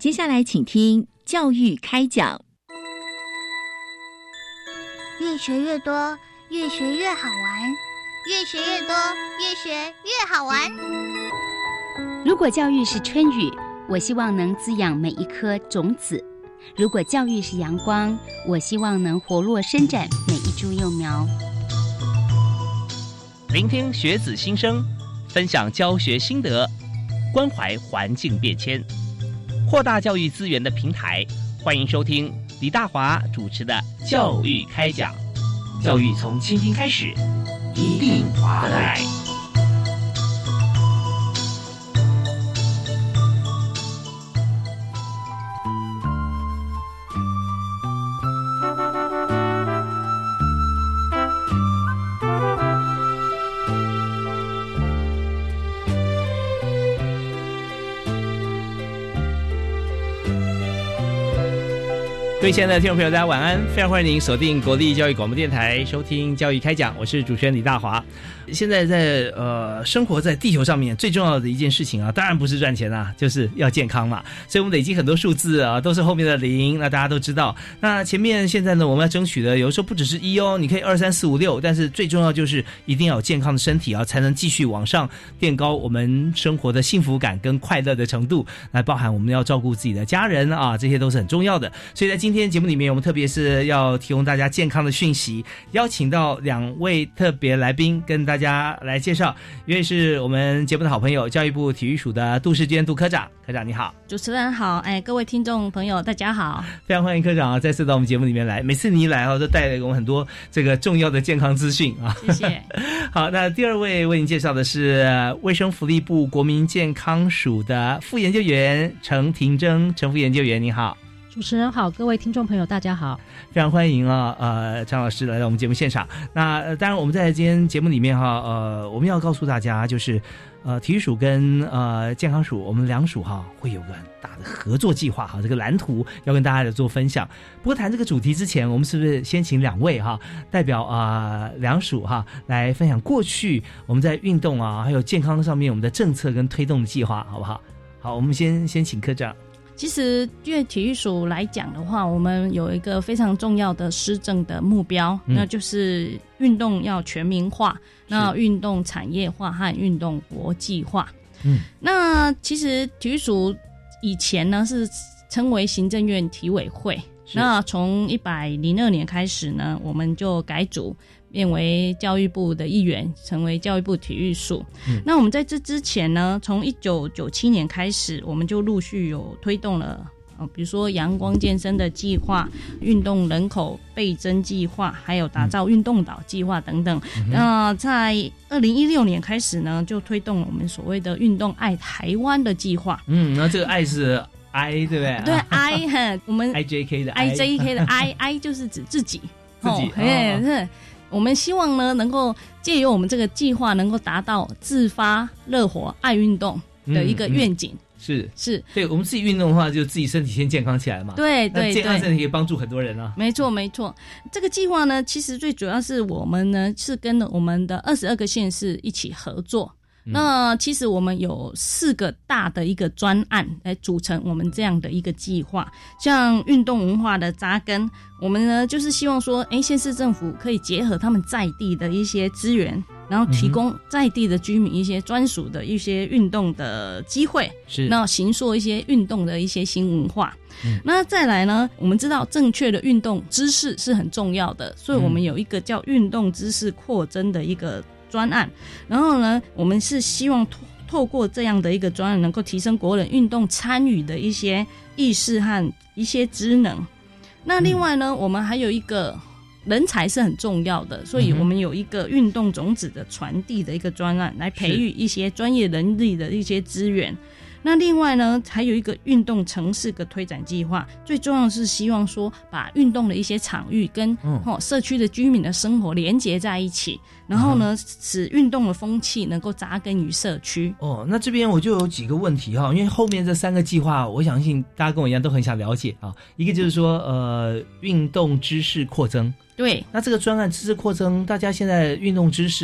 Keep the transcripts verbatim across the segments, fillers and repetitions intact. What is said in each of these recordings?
接下来请听教育开讲。 越学越多，越学越好玩，越学越多，越学越好玩。 如果教育是春雨，我希望能滋养每一颗种子；如果教育是阳光，我希望能活络伸展每一株幼苗。 聆听学子心声，分享教学心得，关怀环境变迁，扩大教育资源的平台。欢迎收听李大华主持的教育开讲。教育从倾听开始，一定华得来。各位亲爱的听众朋友，大家晚安！非常欢迎您锁定国立教育广播电台收听教育开讲，我是主持人李大华。现在在呃生活在地球上面最重要的一件事情啊，当然不是赚钱啊，就是要健康嘛。所以我们累积很多数字啊，都是后面的零，那大家都知道。那前面现在呢，我们要争取的有时候不只是一哦，你可以二三四五六，但是最重要就是一定要有健康的身体啊，才能继续往上垫高我们生活的幸福感跟快乐的程度。来包含我们要照顾自己的家人啊，这些都是很重要的。所以在今天节目里面，我们特别是要提供大家健康的讯息，邀请到两位特别来宾跟大家来介绍。一位是我们节目的好朋友，教育部体育署的杜世坚杜科长。科长你好。 主持人好，哎，各位听众朋友大家好。 非常欢迎科长啊，再次到我们节目里面来。每次你一来啊，都带来给我们很多这个重要的健康资讯啊。 谢谢。 好，那第二位为您介绍的是卫生福利部国民健康署的副研究员陈庭珍，陈副研究员你好。 主持人好，各位听众朋友大家好， 非常欢迎啊，呃，张老师来到我们节目现场。那、呃、当然我们在今天节目里面哈，呃，我们要告诉大家就是，呃，体育署跟呃健康署，我们两署哈会有个很大的合作计划哈，这个蓝图要跟大家来做分享。不过谈这个主题之前，我们是不是先请两位哈代表啊、呃、两署哈来分享过去我们在运动啊还有健康上面我们的政策跟推动的计划，好不好？好，我们先先请科长。 其实对体育署来讲的话，我们有一个非常重要的施政的目标、嗯、那就是运动要全民化，那运动产业化和运动国际化。嗯，那其实体育署以前呢是称为行政院体委会，那从一百零二年开始呢，我们就改组变为教育部的一员，成为教育部体育署、嗯、那我们在这之前呢，从一九九七年开始，我们就陆续有推动了、呃、比如说阳光健身的计划、运动人口倍增计划，还有打造运动岛计划等等、嗯、那在二零一六年开始呢，就推动了我们所谓的运动爱台湾的计划。 嗯，那这个爱是 I 对不对？ 对 I 哈，我们 I J K 的 I I J K 的 I I 就是指自己自己、哦嘿是我们希望呢，能够借由我们这个计划，能够达到自发热火爱运动的一个愿景。嗯嗯、 是是， 对我们自己运动的话，就自己身体先健康起来嘛。 对对对， 健康身体可以帮助很多人啊。 没错没错，这个计划呢，其实最主要是我们呢是跟我们的二十二个县市一起合作。那其实我们有四个大的一个专案来组成我们这样的一个计划，像运动文化的扎根，我们呢就是希望说，哎，县市政府可以结合他们在地的一些资源，然后提供在地的居民一些专属的一些运动的机会，是，那形塑一些运动的一些新文化。嗯、那再来呢，我们知道正确的运动知识是很重要的，所以我们有一个叫运动知识扩增的一个专案，然后呢，我们是希望透透过这样的一个专案，能够提升国人运动参与的一些意识和一些职能。那另外呢，嗯、我们还有一个人才是很重要的，所以我们有一个运动种子的传递的一个专案，来培育一些专业能力的一些资源。那另外呢，还有一个运动城市的推展计划，最重要的是希望说把运动的一些场域跟、嗯哦、社区的居民的生活连结在一起，然后呢、嗯、使运动的风气能够扎根于社区。 哦，那这边我就有几个问题哈，因为后面这三个计划我相信大家跟我一样都很想了解啊。一个就是说呃运动知识扩增， 对， 那这个专案知识扩增，大家现在运动知识哈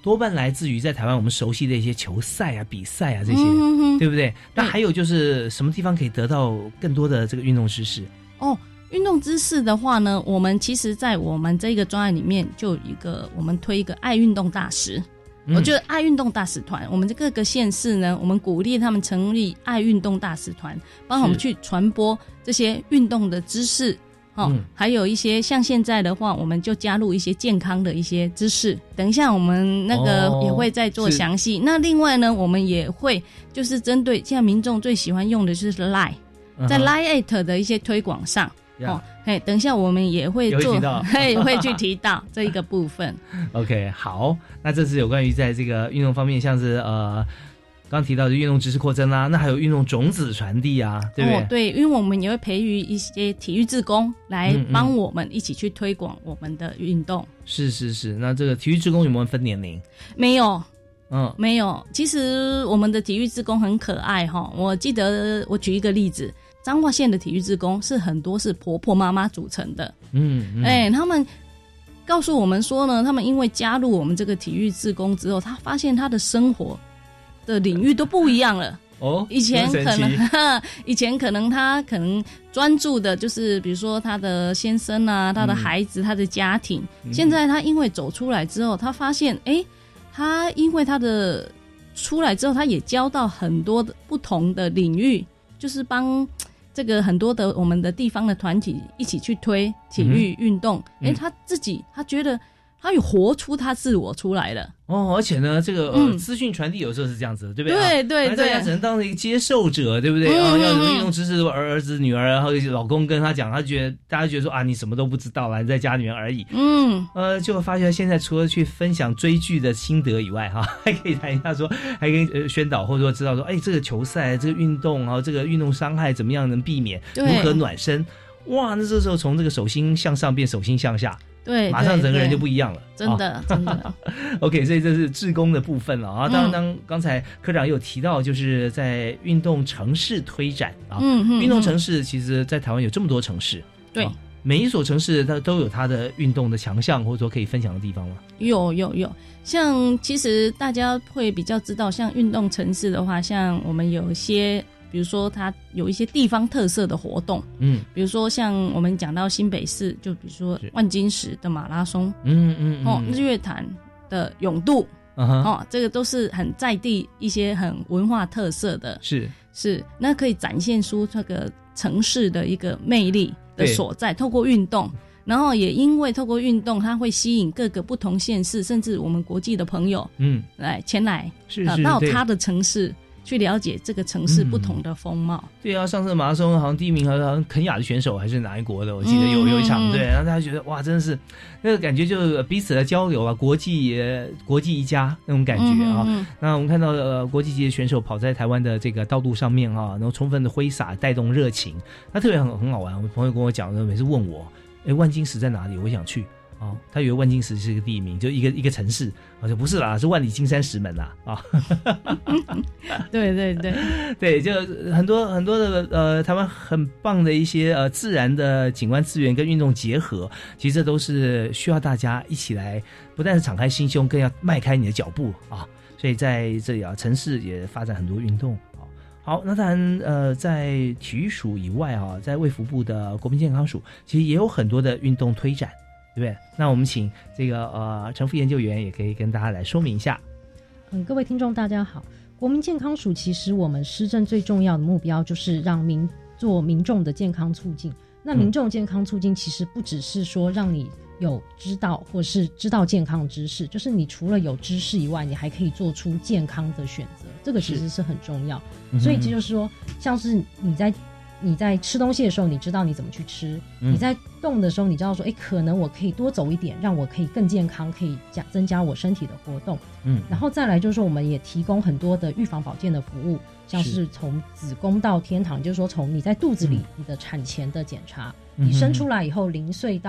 多半来自于在台湾我们熟悉的一些球赛啊、比赛啊这些， 嗯、 对不对？那还有就是什么地方可以得到更多的这个运动知识？ 哦，运动知识的话呢，我们其实在我们这个专案里面就有一个，我们推一个爱运动大使。嗯、我觉得爱运动大使团，我们这各个县市呢，我们鼓励他们成立爱运动大使团，帮我们去传播这些运动的知识。哦、嗯，还有一些像现在的话，我们就加入一些健康的一些知识。等一下我们那个也会再做详细。哦、那另外呢，我们也会就是针对现在民众最喜欢用的就是 Line，、嗯、在 Line 的一些推广上。哦，嘿，等一下我们也会做，嘿，会去提到这一个部分。 OK， 好，那这是有关于在这个运动方面，像是呃，刚提到的运动知识扩增啦、啊，那还有运动种子传递啊，对不对？ 哦，对，因为我们也会培育一些体育志工来帮我们一起去推广我们的运动。 嗯嗯、是是是，那这个体育志工有没有分年龄？ 没有。嗯，没有。其实我们的体育志工很可爱哈。我记得我举一个例子。彰化县的体育志工是很多是婆婆妈妈组成的，嗯，哎、嗯欸，他们告诉我们说呢，他们因为加入我们这个体育志工之后，他发现他的生活的领域都不一样了。哦，以前可能，以前可能他可能专注的就是比如说他的先生啊，他的孩子，嗯、他的家庭。现在他因为走出来之后，他发现，哎、欸，他因为他的出来之后，他也教到很多的不同的领域，就是帮。这个很多的我们的地方的团体一起去推体育运动，哎、嗯，他自己他觉得他有活出他自我出来了。 哦，而且呢，这个呃资讯传递有时候是这样子的，对不对？ 对对对， 大家只能当一个接受者，对不对？啊、嗯，要什么运动知识，儿儿子、女儿，然后老公跟他讲，他觉得大家觉得说啊，你什么都不知道啦，你在家里面而已。嗯，呃，就发现现在除了去分享追剧的心得以外，哈，还可以谈一下说，还可以呃宣导或者说知道说，哎，这个球赛、这个运动，然后这个运动伤害怎么样能避免，如何暖身。哇，那这时候从这个手心向上变手心向下。 对， 马上整个人就不一样了， 真的、哦、真的。 OK， 所以这是志工的部分了啊。当然，当刚才科长有提到，就是在运动城市推展啊。嗯嗯。运动城市其实，在台湾有这么多城市， 对、 啊，每一所城市它都有它的运动的强项，或者说可以分享的地方吗？ 有有有，像其实大家会比较知道，像运动城市的话，像我们有一些。比如说它有一些地方特色的活动，嗯，比如说像我们讲到新北市，就比如说万金石的马拉松，嗯嗯, 嗯哦，日月潭的泳渡，嗯、哦，这个都是很在地一些很文化特色的， 是是，那可以展现出这个城市的一个魅力的所在，透过运动，然后也因为透过运动，它会吸引各个不同县市，甚至我们国际的朋友，嗯，来前来， 是是、 呃、到他的城市。去了解这个城市不同的风貌、嗯。 对啊，上次马拉松好像第一名好像肯亚的选手还是哪一国的，我记得有、嗯、有一场，对，然后大家觉得哇，真的是那个感觉，就彼此的交流啊，国际国际一家那种感觉啊。嗯嗯嗯那我们看到呃国际级的选手跑在台湾的这个道路上面啊，然后充分的挥洒，带动热情，那特别很很好玩。我朋友跟我讲，每次问我，哎，万金石在哪里？我想去。哦，他以为万金石是一个地名，就一个一个城市，我说不是啦，是万里金山石门啦啊！ 对对对对，就很多很多的呃，台湾很棒的一些呃自然的景观资源跟运动结合，其实这都是需要大家一起来，不但是敞开心胸，更要迈开你的脚步啊！所以在这里啊，城市也发展很多运动啊。好，那当然呃，在体育署以外啊，在卫福部的国民健康署，其实也有很多的运动推展。对不对？那我们请这个呃陈副研究员也可以跟大家来说明一下。 嗯，各位听众大家好，国民健康署其实我们施政最重要的目标就是让民做民众的健康促进。那民众健康促进其实不只是说让你有知道或是知道健康知识，就是你除了有知识以外，你还可以做出健康的选择，这个其实是很重要。所以这就是说，像是你在你在吃东西的时候，你知道你怎么去吃；嗯、你在动的时候，你知道说，哎，可能我可以多走一点，让我可以更健康，可以加增加我身体的活动。嗯，然后再来就是说，我们也提供很多的预防保健的服务，像是从子宫到天堂，就是说从你在肚子里、嗯、你的产前的检查，嗯、你生出来以后零岁到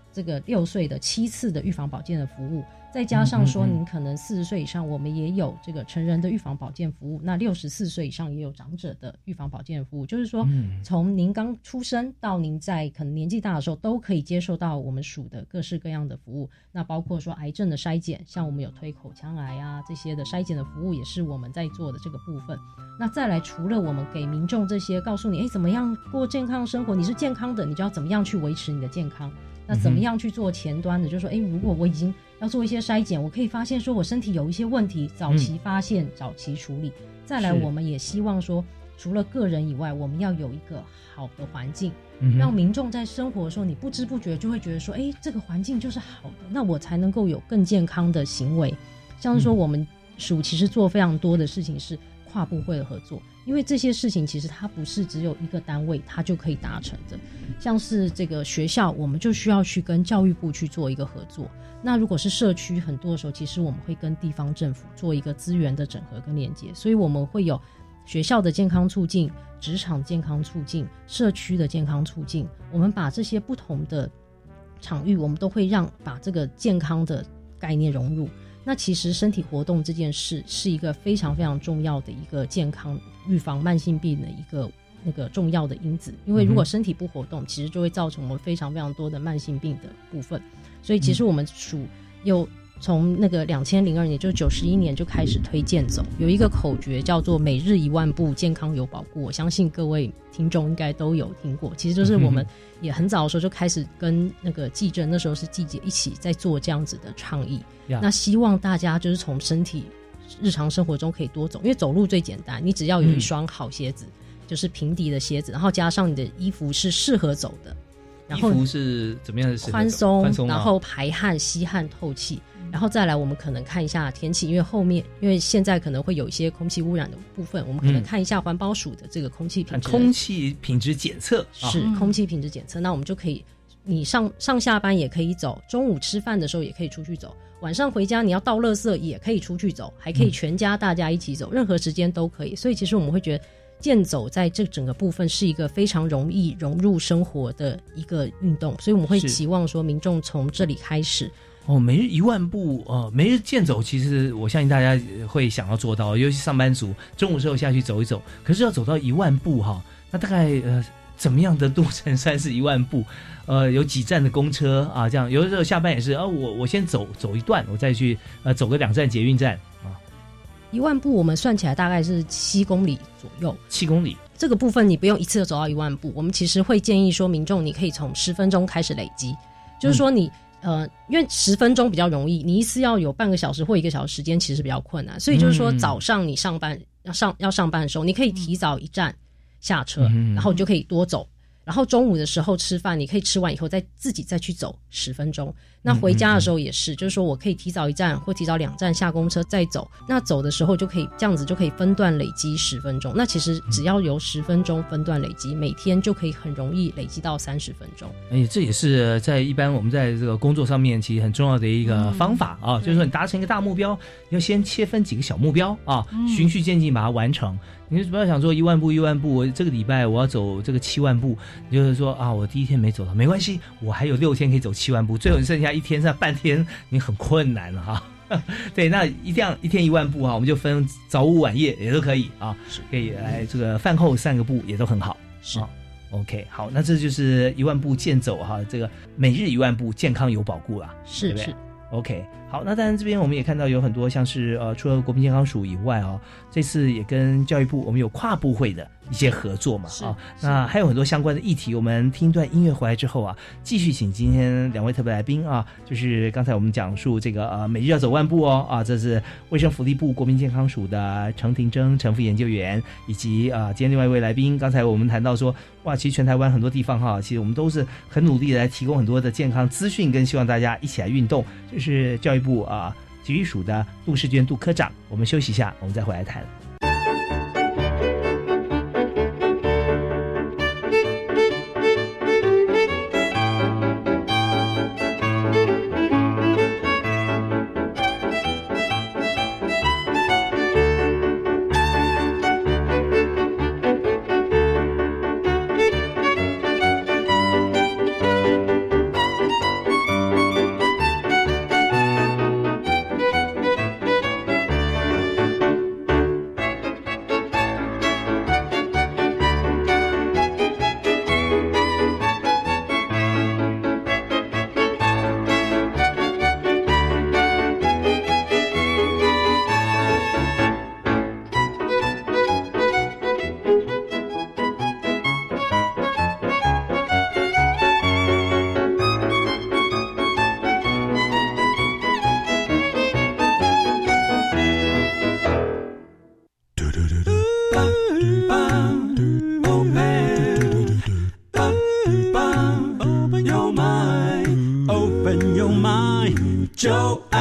这个六岁的七次的预防保健的服务，再加上说您可能四十岁以上，我们也有这个成人的预防保健服务，那六十四岁以上也有长者的预防保健服务，就是说从您刚出生到您在可能年纪大的时候都可以接受到我们署的各式各样的服务，那包括说癌症的筛检，像我们有推口腔癌啊这些的筛检的服务也是我们在做的这个部分。那再来除了我们给民众这些告诉你哎怎么样过健康生活，你是健康的你就要怎么样去维持你的健康，那怎么样去做前端的，就是说哎如果我已经要做一些筛检，我可以发现说我身体有一些问题，早期发现、嗯、早期处理。再来我们也希望说除了个人以外，我们要有一个好的环境、嗯、让民众在生活的时候你不知不觉就会觉得说哎这个环境就是好的，那我才能够有更健康的行为。像是说我们署其实做非常多的事情是跨部会的合作，因为这些事情其实它不是只有一个单位它就可以达成的，像是这个学校我们就需要去跟教育部去做一个合作，那如果是社区很多的时候其实我们会跟地方政府做一个资源的整合跟连接，所以我们会有学校的健康促进、职场健康促进、社区的健康促进，我们把这些不同的场域我们都会让把这个健康的概念融入。那其实身体活动这件事是一个非常非常重要的一个健康预防慢性病的一个那个重要的因子，因为如果身体不活动其实就会造成我们非常非常多的慢性病的部分，所以其实我们署有从那个两千零二年就九十一年就开始推健走，有一个口诀叫做每日一万步健康有保固，我相信各位听众应该都有听过，其实就是我们也很早的时候就开始跟那个季政，那时候是季姐一起在做这样子的倡议、yeah. 那希望大家就是从身体日常生活中可以多走，因为走路最简单，你只要有一双好鞋子、嗯、就是平底的鞋子，然后加上你的衣服是适合走的，然后衣服是怎么样的宽松，然后排汗吸汗透气，然后再来我们可能看一下天气，因为后面因为现在可能会有一些空气污染的部分，我们可能看一下环保署的这个空气品质、 嗯、空气品质检测是、啊、空气品质检测，那我们就可以你上上下班也可以走，中午吃饭的时候也可以出去走，晚上回家你要倒垃圾也可以出去走，还可以全家大家一起走、嗯、任何时间都可以，所以其实我们会觉得健走在这整个部分是一个非常容易融入生活的一个运动，所以我们会期望说民众从这里开始哦，每日一万步呃，每日健走其实我相信大家会想要做到，尤其上班族中午时候下去走一走，可是要走到一万步哈，那大概呃怎么样的路程算是一万步？呃，有几站的公车啊？这样有的时候下班也是啊，我我先走走一段，我再去呃走个两站捷运站啊。 一万步我们算起来大概是七公里左右。 七公里这个部分你不用一次就走到一万步，我们其实会建议说民众你可以从十分钟开始累积，就是说你。嗯呃，因为十分钟比较容易，你一次要有半个小时或一个小时时间，其实比较困难。所以就是说，早上你上班要上要上班的时候，你可以提早一站下车，然后你就可以多走。然后中午的时候吃饭，你可以吃完以后再自己再去走十分钟。那回家的时候也是，就是说我可以提早一站或提早两站下公车再走。那走的时候就可以这样子就可以分段累积十分钟。那其实只要由十分钟分段累积，每天就可以很容易累积到三十分钟。 哎，这也是在一般我们在这个工作上面其实很重要的一个方法、嗯、啊，就是说你达成一个大目标，要先切分几个小目标啊，嗯、循序渐进把它完成。你不要想说一万步一万步，我这个礼拜我要走这个七万步，你就是说啊，我第一天没走到没关系，我还有六天可以走七万步，最后你剩下一天剩下半天，你很困难了哈。对，那一定要一天一万步哈，我们就分早午晚夜也都可以啊，可以来这个饭后散个步也都很好。 是、 啊、OK， 好，那这就是一万步健走哈，这个每日一万步健康有保固啊， 是是。 OK， 好，那当然这边我们也看到有很多像是呃，除了国民健康署以外哦，这次也跟教育部我们有跨部会的一些合作嘛啊，那还有很多相关的议题。我们听一段音乐回来之后啊，继续请今天两位特别来宾啊，就是刚才我们讲述这个呃每日要走万步哦啊，这是卫生福利部国民健康署的陈庭珍陈副研究员，以及啊、呃、今天另外一位来宾，刚才我们谈到说哇，其实全台湾很多地方哈，其实我们都是很努力的来提供很多的健康资讯，跟希望大家一起来运动。这是教育部啊体育署的杜世娟杜科长。我们休息一下，我们再回来谈。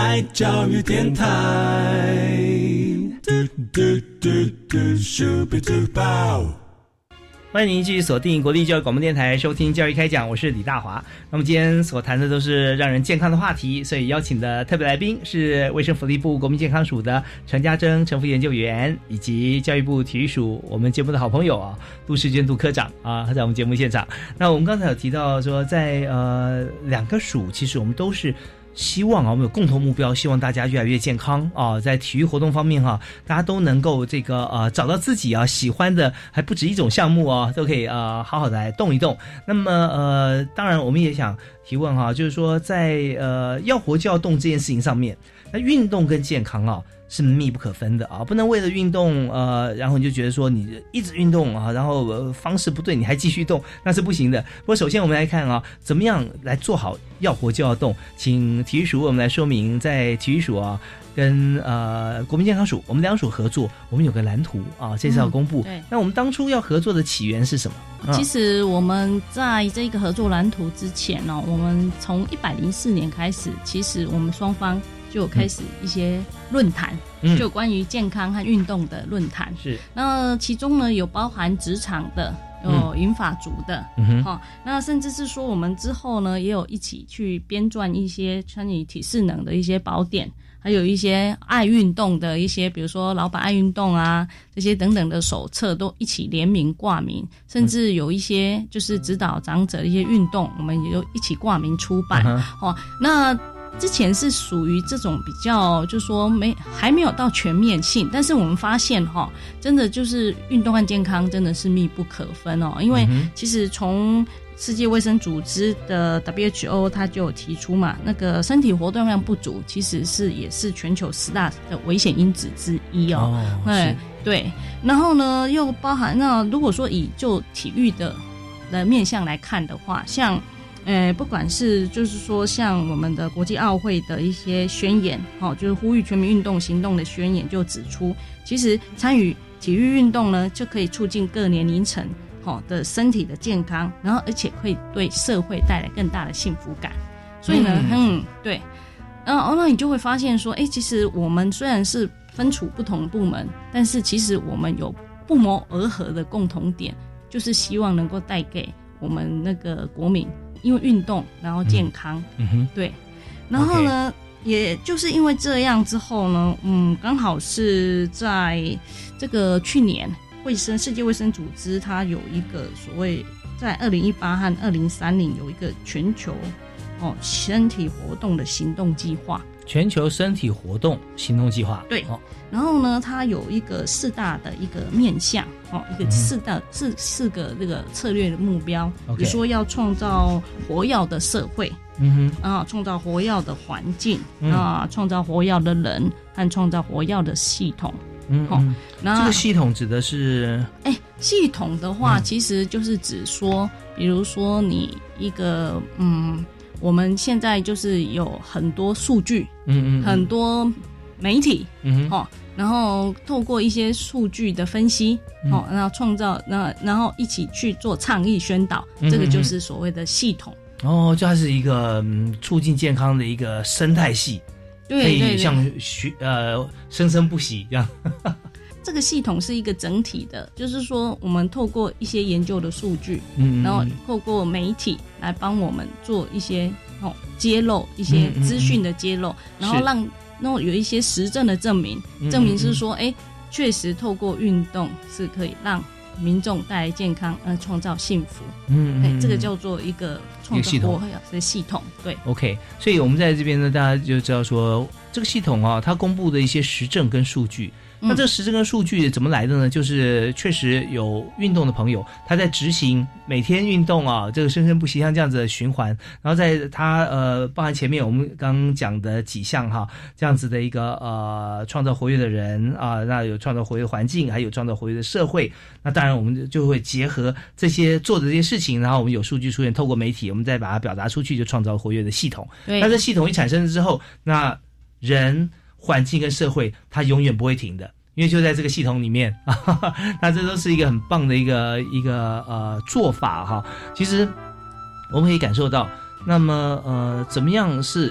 爱教育电台。嘟嘟嘟嘟，Super Duper。 欢迎您继续锁定国立教育广播电台收听教育开讲，我是李大华。那么今天所谈的都是让人健康的话题，所以邀请的特别来宾是卫生福利部国民健康署的陈家珍陈副研究员，以及教育部体育署我们节目的好朋友啊杜世娟杜科长啊，他在我们节目现场。那我们刚才有提到说在呃两个署其实我们都是希望啊，我们有共同目标，希望大家越来越健康啊。在体育活动方面哈、啊，大家都能够这个呃找到自己啊喜欢的，还不止一种项目啊，都可以呃好好的来动一动。那么呃，当然我们也想提问哈、啊，就是说在呃要活就要动这件事情上面，那运动跟健康啊是密不可分的啊，不能为了运动呃，然后你就觉得说你一直运动啊，然后、呃、方式不对你还继续动，那是不行的。不过首先我们来看啊，怎么样来做好要活就要动，请体育署为我们来说明，在体育署啊跟呃国民健康署我们两署合作，我们有个蓝图啊，这次要公布、嗯、对，那我们当初要合作的起源是什么？ 嗯、其实我们在这个合作蓝图之前呢、哦，我们从一百零四年开始，其实我们双方就开始一些论坛、嗯、就关于健康和运动的论坛。是，那其中呢有包含职场的，有银发族的，嗯哦、那甚至是说我们之后呢也有一起去编撰一些关于体适能的一些宝典，还有一些爱运动的一些，比如说老板爱运动啊，这些等等的手册都一起联名挂名，甚至有一些就是指导长者的一些运动，我们也都一起挂名出版。嗯、哦，那之前是属于这种比较，就说没还没有到全面性，但是我们发现哈、哦，真的就是运动和健康真的是密不可分哦，因为其实从世界卫生组织的 W H O 它就有提出嘛，那个身体活动量不足其实是也是全球十大的危险因子之一哦。哦对对，然后呢又包含那如果说以就体育的的面向来看的话，像呃，不管是就是说像我们的国际奥会的一些宣言，哦，就是呼吁全民运动行动的宣言就指出，其实参与体育运动呢，就可以促进各年龄层哦的身体的健康，然后而且会对社会带来更大的幸福感。所以呢，嗯，嗯对，然后那你就会发现说，哎，其实我们虽然是分处不同部门，但是其实我们有不谋而合的共同点，就是希望能够带给我们那个国民。因为运动然后健康、嗯嗯、对，然后呢、okay. 也就是因为这样之后呢，嗯，刚好是在这个去年卫生世界卫生组织它有一个所谓在二零一八和二零三零有一个全球哦身体活动的行动计划， 全球身体活动行动计划， 对、哦、然后呢它有一个四大的一个面向哦，一个四大、嗯、四四个这个策略的目标， okay. 比如说要创造活跃的社会，嗯哼，啊，创造活跃的环境，嗯、啊，创造活跃的人和创造活跃的系统， 嗯，哦、嗯那这个系统指的是， 哎，系统的话、嗯，其实就是指说，比如说你一个嗯。我们现在就是有很多数据，嗯嗯，很多媒体，嗯哦，然后透过一些数据的分析，嗯、哦，然后创造，那然后一起去做倡议宣导，嗯、这个就是所谓的系统。 哦，就它是一个、嗯、促进健康的一个生态系， 对对对， 可以像学呃生生不息这样。 这个系统是一个整体的，就是说我们透过一些研究的数据，嗯，然后透过媒体来帮我们做一些哦揭露一些资讯的揭露，嗯嗯嗯，然后让然后有一些实证的证明，嗯嗯嗯，证明是说，哎，确实透过运动是可以让民众带来健康，呃，创造幸福。嗯, 嗯, 嗯，这个叫做一个创造活跃的系统。对 ，OK， 所以我们在这边呢，大家就知道说，这个系统啊，它公布的一些实证跟数据。那这个实证跟数据怎么来的呢？就是确实有运动的朋友，他在执行每天运动啊，这个生生不息像这样子的循环，然后在他呃，包含前面我们刚刚讲的几项哈，这样子的一个呃，创造活跃的人啊，那有创造活跃的环境，还有创造活跃的社会。那当然我们就会结合这些做的这些事情，然后我们有数据出现，透过媒体，我们再把它表达出去，就创造活跃的系统。那这系统一产生了之后，那人。环境跟社会它永远不会停的，因为就在这个系统里面啊，那这都是一个很棒的一个一个呃做法哈。其实我们可以感受到，那么呃怎么样是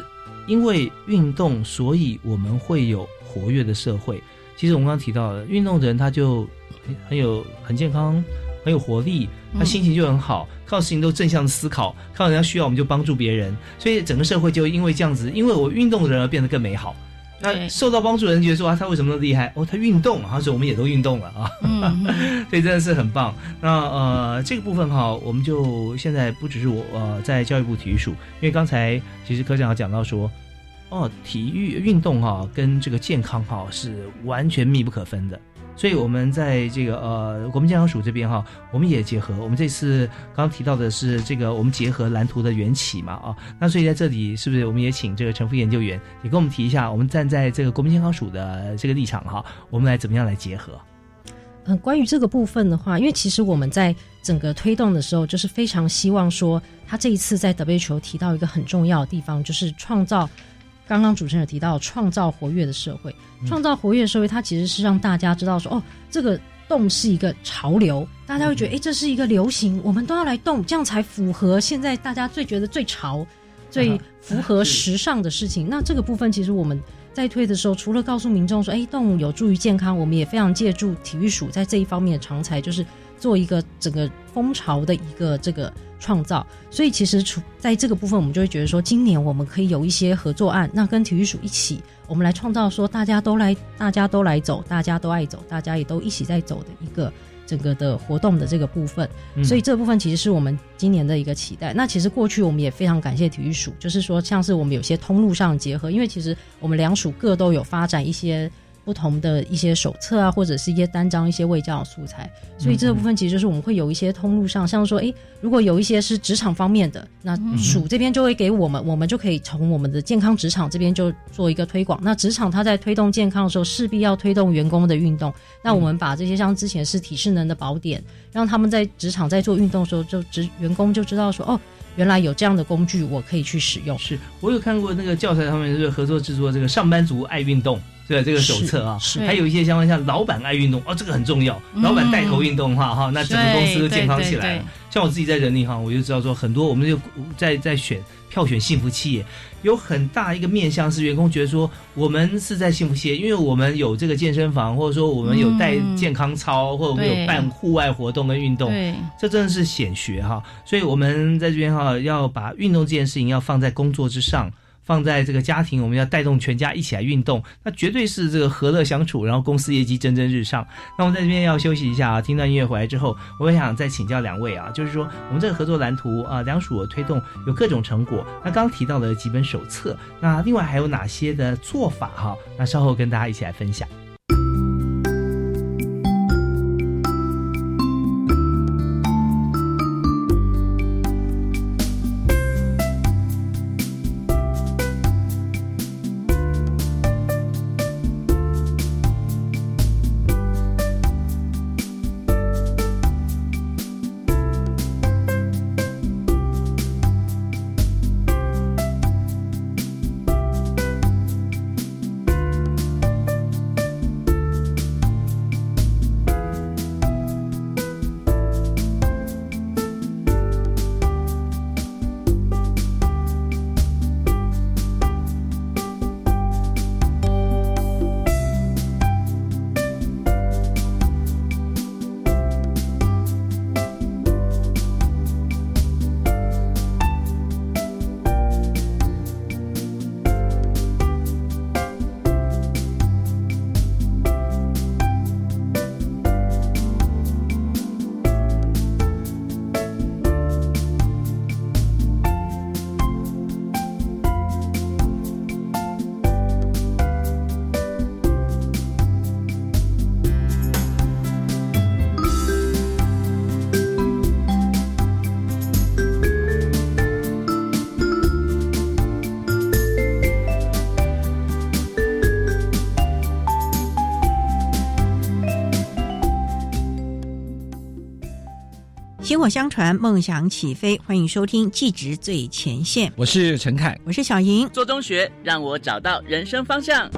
因为运动，所以我们会有活跃的社会。其实我们刚刚提到的，运动的人他就很有很健康，很有活力，他心情就很好，看到事情都正向的思考，看到人家需要我们就帮助别人，所以整个社会就因为这样子，因为我运动的人而变得更美好。那受到帮助的人觉得说啊，他为什么那么厉害？哦，他运动，他说我们也都运动了啊，嗯、所以真的是很棒。那呃，这个部分哈，我们就现在不只是我呃在教育部体育署，因为刚才其实科长讲到说，哦，体育运动哈跟这个健康哈是完全密不可分的。所以我们在这个呃国民健康署这边哈，我们也结合，我们这次刚刚提到的是这个我们结合蓝图的缘起嘛啊，那所以在这里是不是我们也请这个陈副研究员也跟我们提一下，我们站在这个国民健康署的这个立场哈，我们来怎么样来结合？ 嗯，关于这个部分的话，因为其实我们在整个推动的时候，就是非常希望说，他这一次在 W H O 提到一个很重要的地方，就是创造。刚刚主持人有提到创造活跃的社会，创造活跃的社会，它其实是让大家知道说，哦，这个动是一个潮流，大家会觉得，哎，这是一个流行，我们都要来动，这样才符合现在大家最觉得最潮、最符合时尚的事情。啊、那这个部分，其实我们在推的时候，除了告诉民众说，哎，动有助于健康，我们也非常借助体育署在这一方面的长才，就是做一个整个风潮的一个这个创造。所以其实在这个部分我们就会觉得说，今年我们可以有一些合作案，那跟体育署一起，我们来创造说大家都来大家都来走，大家都爱走，大家也都一起在走的一个整个的活动的这个部分、嗯、所以这部分其实是我们今年的一个期待。那其实过去我们也非常感谢体育署，就是说像是我们有些通路上结合，因为其实我们两署各都有发展一些不同的一些手册啊，或者是一些单张一些卫教的素材，所以这个部分其实就是我们会有一些通路上，像说诶如果有一些是职场方面的，那署这边就会给我们，我们就可以从我们的健康职场这边就做一个推广。那职场它在推动健康的时候势必要推动员工的运动，那我们把这些像之前是体适能的宝典，让他们在职场在做运动的时候，就职员工就知道说哦原来有这样的工具我可以去使用。 是我有看过那个教材上面是合作制作这个上班族爱运动对这个手册啊，还有一些相关像老板爱运动哦，这个很重要，老板带头运动的话哈、嗯，那整个公司都健康起来了。像我自己在人力哈，我就知道说很多我们就在在选票选幸福企业，有很大一个面向是员工觉得说我们是在幸福企业，因为我们有这个健身房，或者说我们有带健康操，嗯、或者我们有办户外活动跟运动，这真的是显学哈。所以我们在这边哈要把运动这件事情要放在工作之上。放在这个家庭，我们要带动全家一起来运动，那绝对是这个和乐相处，然后公司业绩蒸蒸日上。那我们在这边要休息一下啊，听段音乐回来之后，我也想再请教两位啊，就是说我们这个合作蓝图啊，两署推动有各种成果，那刚刚提到的几本手册，那另外还有哪些的做法哈？那稍后跟大家一起来分享。 薪火相传，梦想起飞，欢迎收听技职最前线。 我是陈凯， 我是小莹。 做中学让我找到人生方向，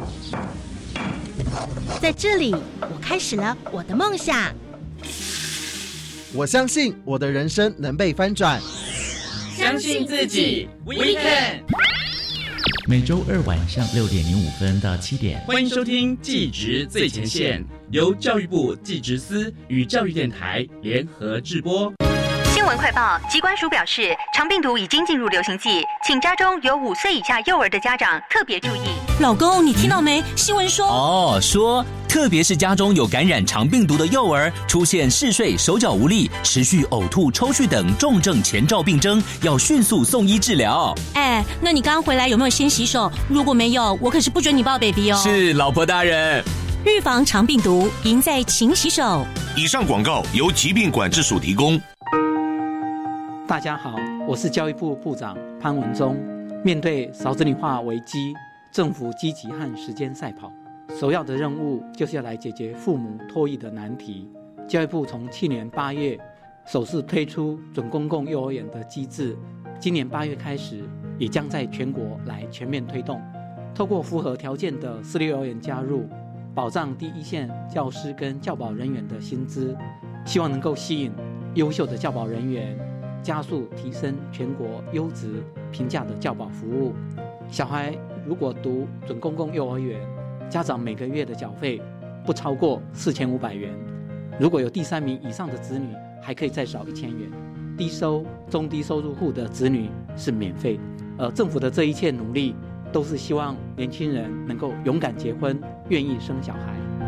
在这里我开始了我的梦想。 我相信我的人生能被翻转， 相信自己 We can。 每周二晚上六点零五分到七点， 欢迎收听《技职最前线》，由教育部技职司与教育电台联合制播。 新闻快报，疾管署表示，肠病毒已经进入流行季，请家中有五岁以下幼儿的家长特别注意。 老公，你听到没？新闻说哦，说特别是家中有感染肠病毒的幼儿，出现嗜睡、手脚无力、持续呕吐、抽搐等重症前兆病征，要迅速送医治疗。 哎，那你刚回来有没有先洗手？如果没有，我可是不准你抱 baby 哦。 是，老婆大人。 预防肠病毒，赢在勤洗手。 以上广告由疾病管制署提供。 大家好，我是教育部部长潘文忠。面对少子女化危机，政府积极和时间赛跑，首要的任务就是要来解决父母托育的难题。教育部从去年八月首次推出准公共幼儿园的机制，今年八月开始，也将在全国来全面推动。透过符合条件的私立幼儿园加入，保障第一线教师跟教保人员的薪资，希望能够吸引优秀的教保人员，加速提升全国优质平价的教保服务。小孩如果读准公共幼儿园，家长每个月的缴费不超过四千五百元，如果有第三名以上的子女，还可以再少一千元。低收、中低收入户的子女是免费。而政府的这一切努力，都是希望年轻人能够勇敢结婚，愿意生小孩。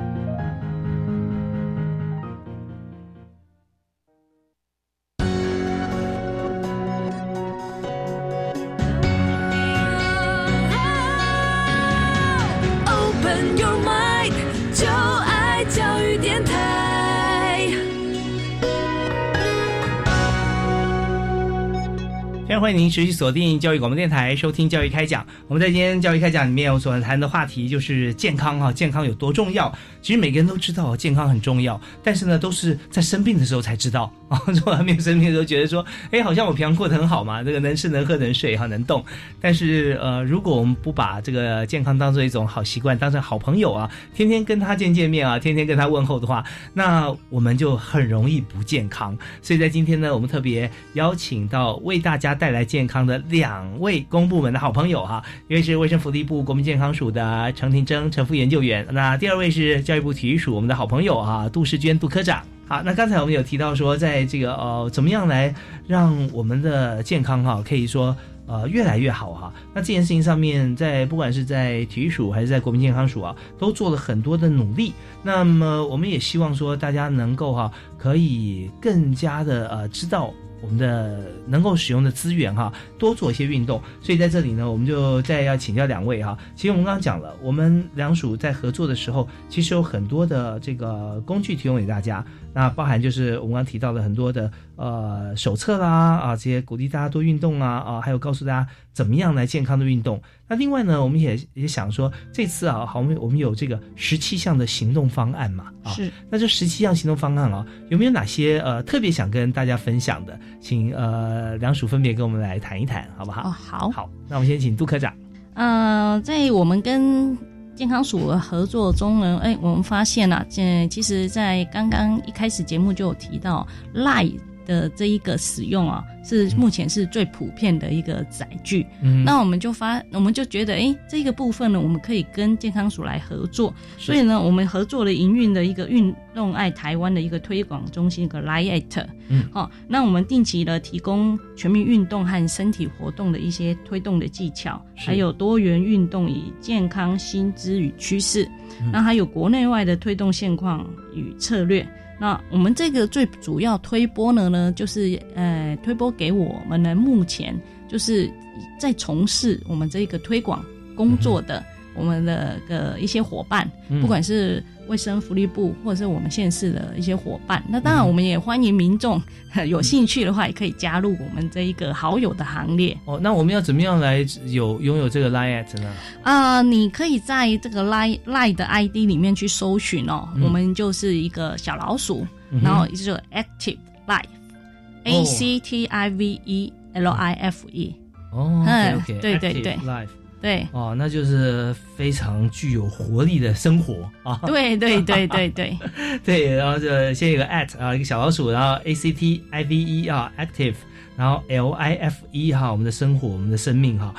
非常欢迎您持续锁定教育广播电台，收听教育开讲。我们在今天教育开讲里面，我所谈的话题就是健康哈，健康有多重要？其实每个人都知道健康很重要，但是呢，都是在生病的时候才知道啊。如果还没有生病的时候，觉得说，哎，好像我平常过得很好嘛，这个能吃能喝能睡哈，能动。但是呃，如果我们不把这个健康当做一种好习惯，当成好朋友啊，天天跟他见见面啊，天天跟他问候的话，那我们就很容易不健康。所以在今天呢，我们特别邀请到为大家带来健康的两位公部门的好朋友哈，一位是卫生福利部国民健康署的陈庭珍陈副研究员，那第二位是教育部体育署我们的好朋友啊杜世娟杜科长。好，那刚才我们有提到说，在这个呃怎么样来让我们的健康哈，可以说呃越来越好哈。那这件事情上面，在不管是在体育署还是在国民健康署啊，都做了很多的努力。那么我们也希望说，大家能够哈，可以更加的呃知道我们的能够使用的资源哈，多做一些运动。所以在这里呢，我们就再要请教两位哈。其实我们刚刚讲了，我们两署在合作的时候，其实有很多的这个工具提供给大家。那包含就是我们刚刚提到了很多的呃手册啦啊，这些鼓励大家多运动啊啊，还有告诉大家怎么样来健康的运动。那另外呢，我们也也想说，这次啊，好，我们我们有这个十七项的行动方案嘛啊， 是。 那这十七项行动方案啊，有没有哪些呃特别想跟大家分享的？请呃两署分别跟我们来谈一谈，好不好？ 哦，好， 好，那我们先请杜科长。 呃，在我们跟健康署的合作中呢，哎，我们发现啊，呃，其实在刚刚一开始节目就有提到 Line 的这一个使用啊，是目前是最普遍的一个载具。嗯，那我们就发，我们就觉得，哎，这个部分呢，我们可以跟健康署来合作。所以呢，我们合作了营运的一个运动爱台湾的一个推广中心，一个 Line。嗯，好、哦，那我们定期的提供全民运动和身体活动的一些推动的技巧，还有多元运动与健康新知与趋势，嗯、那还有国内外的推动现况与策略。那我们这个最主要推播呢呢，就是呃推播给我们呢目前就是在从事我们这个推广工作的、嗯、我们的个一些伙伴、嗯，不管是卫生福利部或者是我们县市的一些伙伴。那当然我们也欢迎民众、嗯、有兴趣的话也可以加入我们这一个好友的行列。 哦，那我们要怎么样来有拥有这个 Line at 呢？ 啊、呃，你可以在这个 Line Line 的 I D 里面去搜寻哦、嗯，我们就是一个小老鼠，嗯、然后就是 Active Life、哦、A C T I V E L I F E。 哦 ，OK OK， 对对对 Active Life。 对哦，那就是非常具有活力的生活啊！ 对对对对对对，然后这先有个 at 啊，一个小老鼠，然后 A C T I V E 啊 ，active， 然后 L I F E 哈，我们的生活，我们的生命哈，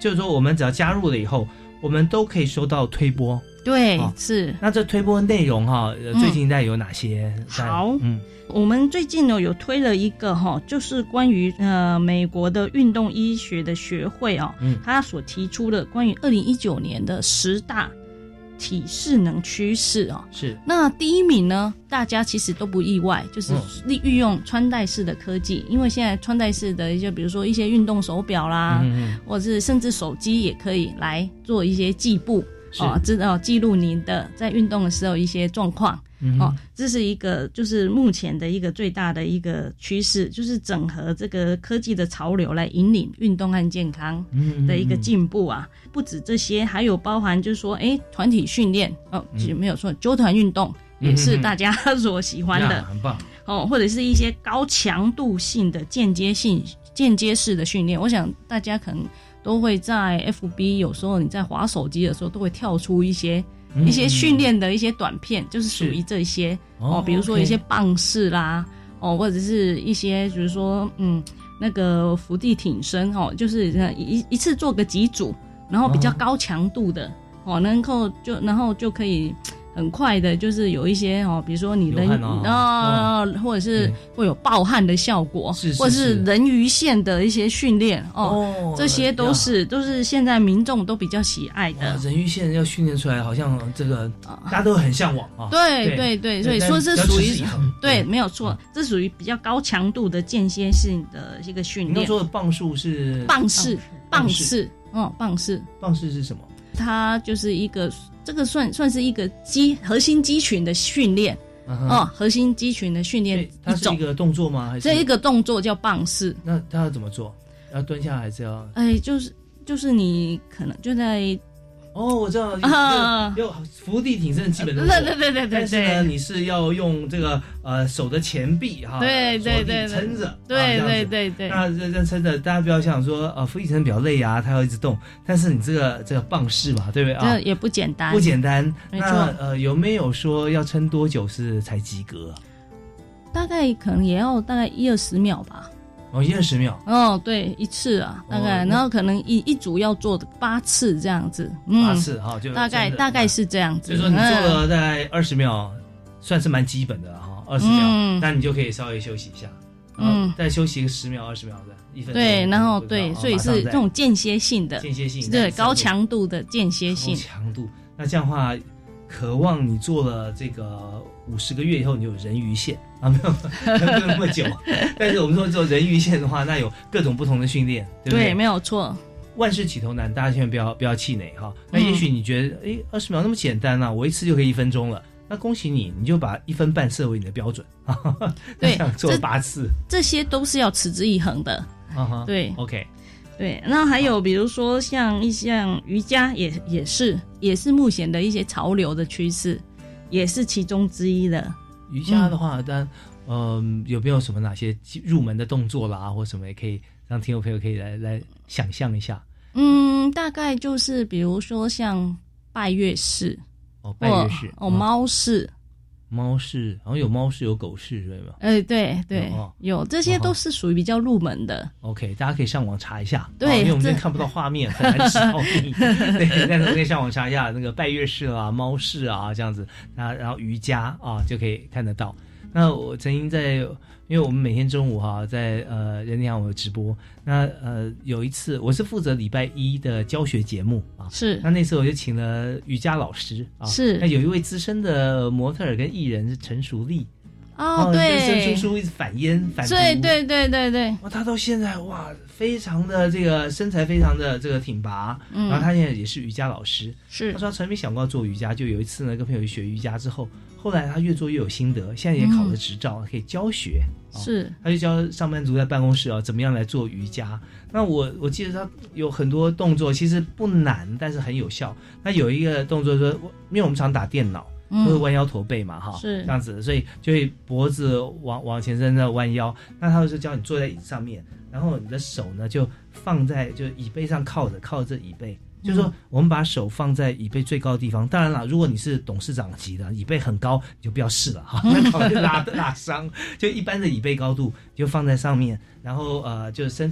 就是说我们只要加入了以后，我们都可以收到推播。 对， 哦、 是。 那这推播内容哈、呃，最近在有哪些？ 嗯、好， 嗯， 我们最近呢有推了一个哈，就是关于呃美国的运动医学的学会哦，嗯，他所提出的关于二零一九年的十大体适能趋势哦。 是。那第一名呢，大家其实都不意外，就是利运用穿戴式的科技，因为现在穿戴式的一些，比如说一些运动手表啦，嗯嗯或者是甚至手机也可以来做一些计步。哦，知道记录您的在运动的时候一些状况、嗯、哦，这是一个就是目前的一个最大的一个趋势，就是整合这个科技的潮流来引领运动和健康的一个进步啊。嗯嗯嗯不止这些，还有包含就是说，哎，团体训练哦，其实没有说纠团运动也是大家所喜欢的， 嗯、很棒哦，或者是一些高强度性的间接性、间接式的训练，我想大家可能。都会在 F B 有时候你在滑手机的时候都会跳出一些、嗯、一些训练的一些短片，就是属于这些哦，比如说一些棒式啦，哦，或者是一些比如说嗯那个伏地挺身哦，就是一一次做个几组，然后比较高强度的哦，能够就然后就可以。很快的，就是有一些哦，比如说你人啊、哦，或者是会有暴汗的效果，是是是或者是人鱼线的一些训练 哦, 哦，这些都是都是现在民众都比较喜爱的。 人鱼线要训练出来，好像这个大家都很向往啊。 对对 对, 对，所以说这属于 对, 对，没有错，这属于比较高强度的间歇性的一个训练。 你说的磅数是棒式，棒式，哦，棒式， 棒式是什么？ 它就是一个。这个算算是一个肌核心肌群的训练、uh huh. 哦，核心肌群的训练一种。 它是一个动作吗？还是这一个动作叫棒式？ 那它要怎么做？要蹲下还是要？ 哎，就是就是你可能就在。 哦，我知道，啊，有伏地挺身的基本动作， 对对对对对。 但是呢，你是要用这个呃手的前臂哈， 对对对， 撑着， 对对对对。 那这这撑着，大家不要想说呃伏地挺身比较累啊，它要一直动，但是你这个这个棒式嘛，对不对啊？ 这也不简单， 不简单。 没错。 那呃有没有说要撑多久是才及格？ 大概可能也要大概一二十秒吧。 哦，一二十秒。 哦，对，一次啊，大概，哦、然后可能一一组要做八次这样子。 嗯、八次哈，就大概大概是这样子。 就是说你做了大概二十秒，嗯、算是蛮基本的哈，二十秒，嗯、那你就可以稍微休息一下，嗯，再休息个十秒、二十秒的，一分钟。 对，然后对，所以是这种间歇性的， 间歇性， 对，高强度的间歇性。 高强度，那这样的话，渴望你做了这个五十个月以后，你有人鱼线。啊，没有，没有那么久。但是我们说做人鱼线的话，那有各种不同的训练，对不对？ 对，没有错。 万事起头难，大家千万不要不要气馁哈。那也许你觉得，哎、嗯，二十秒那么简单啊，我一次就可以一分钟了。那恭喜你，你就把一分半设为你的标准。 对， 做八次， 这些都是要持之以恒的。 啊、 对 ，OK。 对，那还有比如说像一项瑜伽也也是也是目前的一些潮流的趋势，也是其中之一的。 瑜伽的话，但嗯、呃，有没有什么哪些入门的动作啦，或什么也可以让听众朋友可以来来想象一下？ 嗯，大概就是比如说像拜月式， 哦，拜月式， 哦，猫式， 猫式，好像有猫式有狗式，对吗？ 哎、呃，对对，有，哦、有这些都是属于比较入门的。 OK， 大家可以上网查一下， 对， 哦、因为我们这边看不到画面，很难指导你。对，但是可以上网查一下那个拜月式啊、猫式啊这样子，那然后瑜伽啊就可以看得到。那我曾经在，因为我们每天中午哈、啊、在呃人家我有直播，那呃有一次我是负责礼拜一的教学节目啊， 是， 那那次我就请了瑜伽老师啊， 是， 那有一位资深的模特儿跟艺人是陈淑丽。 哦，对， 跟叔叔一直反烟反毒， 对对对对对， 哇，他到现在哇，非常的这个身材非常的这个挺拔，嗯，然后他现在也是瑜伽老师， 是， 他说他从来没想过要做瑜伽，就有一次呢跟朋友学瑜伽之后，后来他越做越有心得，现在也考了执照，嗯、可以教学， 是、哦， 他就教上班族在办公室啊怎么样来做瑜伽。那我我记得他有很多动作其实不难，但是很有效。那有一个动作说，因为我们常打电脑。都是弯腰驼背嘛，哈、嗯，是这样子，所以就会脖子往往前伸，在弯腰。那他就是教你坐在椅子上面，然后你的手呢就放在就椅背上靠着，靠着椅背。嗯、就是说，我们把手放在椅背最高的地方。当然了，如果你是董事长级的，椅背很高，你就不要试了哈，那可能拉拉伤。就一般的椅背高度就放在上面，然后呃，就是身体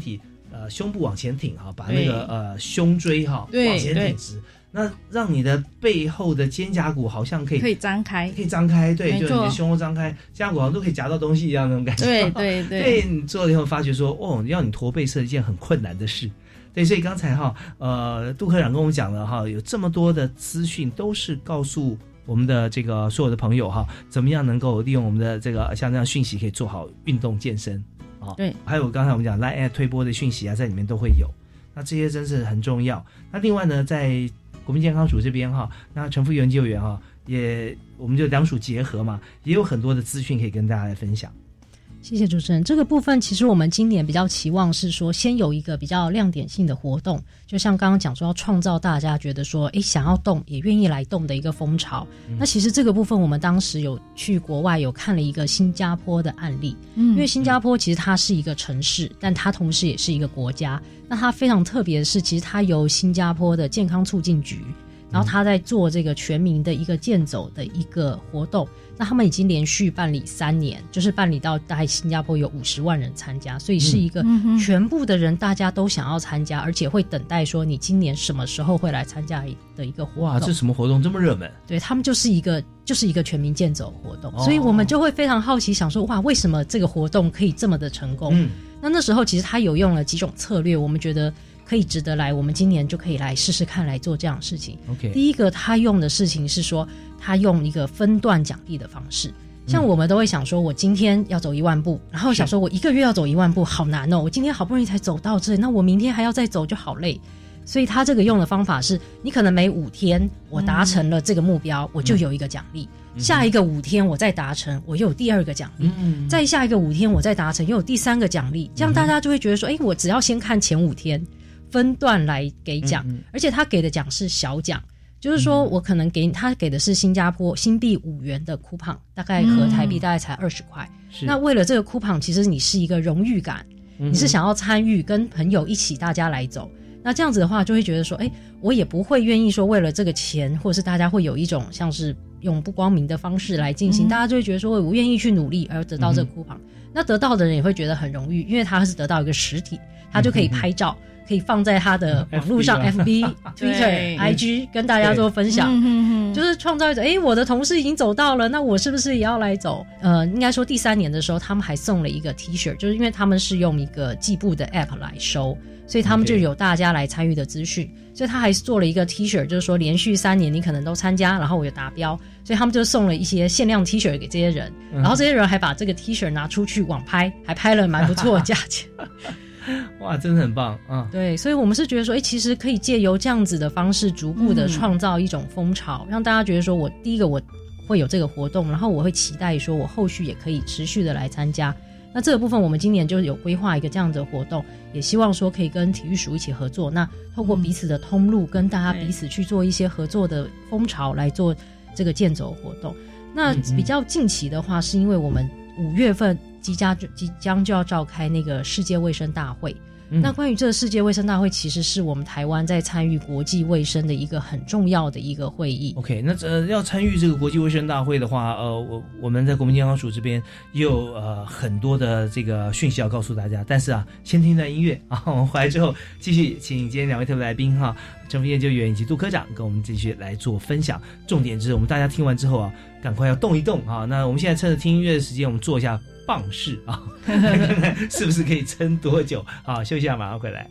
呃胸部往前挺哈，把那个呃胸椎哈往前挺直。那让你的背后的肩胛骨好像可以可以张开， 可以张开，对，就没错你的胸部张开，肩胛骨好像都可以夹到东西一样那种感觉。 对对对， 对，你做了以后发觉说，哦，要你驼背是一件很困难的事。对，所以刚才哈，呃，杜科长跟我们讲了哈，有这么多的资讯都是告诉我们的这个所有的朋友哈，怎么样能够利用我们的这个像这样讯息可以做好运动健身啊。 对， 还有刚才我们讲 Line 推播的讯息啊，在里面都会有。那这些真是很重要。那另外呢，在国民健康署这边哈，那陈副研究员哈，也我们就两署结合嘛，也有很多的资讯可以跟大家来分享。 谢谢主持人。这个部分其实我们今年比较期望是说，先有一个比较亮点性的活动，就像刚刚讲说要创造大家觉得说，诶，想要动也愿意来动的一个风潮。嗯、那其实这个部分我们当时有去国外有看了一个新加坡的案例，嗯，因为新加坡其实它是一个城市，但它同时也是一个国家。那它非常特别的是，其实它由新加坡的健康促进局，然后他在做这个全民的一个健走的一个活动，那他们已经连续办理三年，就是办理到大概新加坡有五十万人参加，所以是一个全部的人大家都想要参加，而且会等待说你今年什么时候会来参加的一个活动。 哇，这什么活动这么热门？ 对，他们就是一个就是一个全民健走活动， 哦、 所以我们就会非常好奇，想说哇，为什么这个活动可以这么的成功？嗯，那那时候其实他有用了几种策略，我们觉得可以值得来，我们今年就可以来试试看来做这样的事情。 OK， 第一个他用的事情是说，他用一个分段奖励的方式。像我们都会想说，我今天要走一万步，然后想说我一个月要走一万步，好难哦！我今天好不容易才走到这里，那我明天还要再走，就好累。所以他这个用的方法是，你可能每五天我达成了这个目标，嗯、我就有一个奖励；嗯、下一个五天我再达成，我又有第二个奖励；嗯、再下一个五天我再达成，又有第三个奖励。这样大家就会觉得说，哎，我只要先看前五天。分段来给奖，嗯嗯，而且他给的奖是小奖，就是说我可能给他给的是新加坡新币五元的 coupon， 大概合台币大概才二十块。那为了这个 coupon， 其实你是一个荣誉感，嗯、你是想要参与跟朋友一起大家来走。那这样子的话，就会觉得说，哎，我也不会愿意说为了这个钱，或者是大家会有一种像是用不光明的方式来进行，嗯、大家就会觉得说，我愿意去努力而得到这个 coupon。嗯、那得到的人也会觉得很荣誉，因为他是得到一个实体，他就可以拍照。嗯可以放在他的网络上 ，F B、Twitter、I G 跟大家做分享，就是创造一种，哎，我的同事已经走到了，那我是不是也要来走？呃，应该说第三年的时候，他们还送了一个 T 恤，就是因为他们是用一个计步的 App 来收，所以他们就有大家来参与的资讯， okay. 所以他还做了一个 T 恤，就是说连续三年你可能都参加，然后我有达标，所以他们就送了一些限量 T 恤给这些人，嗯、然后这些人还把这个 T 恤拿出去网拍，还拍了蛮不错的价钱。 哇，真的很棒啊！ 对，所以我们是觉得说，哎，其实可以借由这样子的方式，逐步的创造一种风潮，嗯、让大家觉得说我第一个我会有这个活动，然后我会期待说我后续也可以持续的来参加。那这个部分我们今年就有规划一个这样的活动，也希望说可以跟体育署一起合作，那透过彼此的通路，嗯、跟大家彼此去做一些合作的风潮来做这个健走活动。那比较近期的话，是因为我们五月份即将就即将就要召开那个世界卫生大会。嗯、那关于这个世界卫生大会，其实是我们台湾在参与国际卫生的一个很重要的一个会议。 OK， 那呃要参与这个国际卫生大会的话，呃，我我们在国民健康署这边也有呃很多的这个讯息要告诉大家。但是啊，先听一段音乐啊，我们回来之后继续请今天两位特别来宾哈，陈副研究员以及杜科长跟我们继续来做分享。重点就是我们大家听完之后啊，赶快要动一动啊。那我们现在趁着听音乐的时间，我们做一下棒式啊，看看是不是可以撑多久。好，休息一下，马上回来。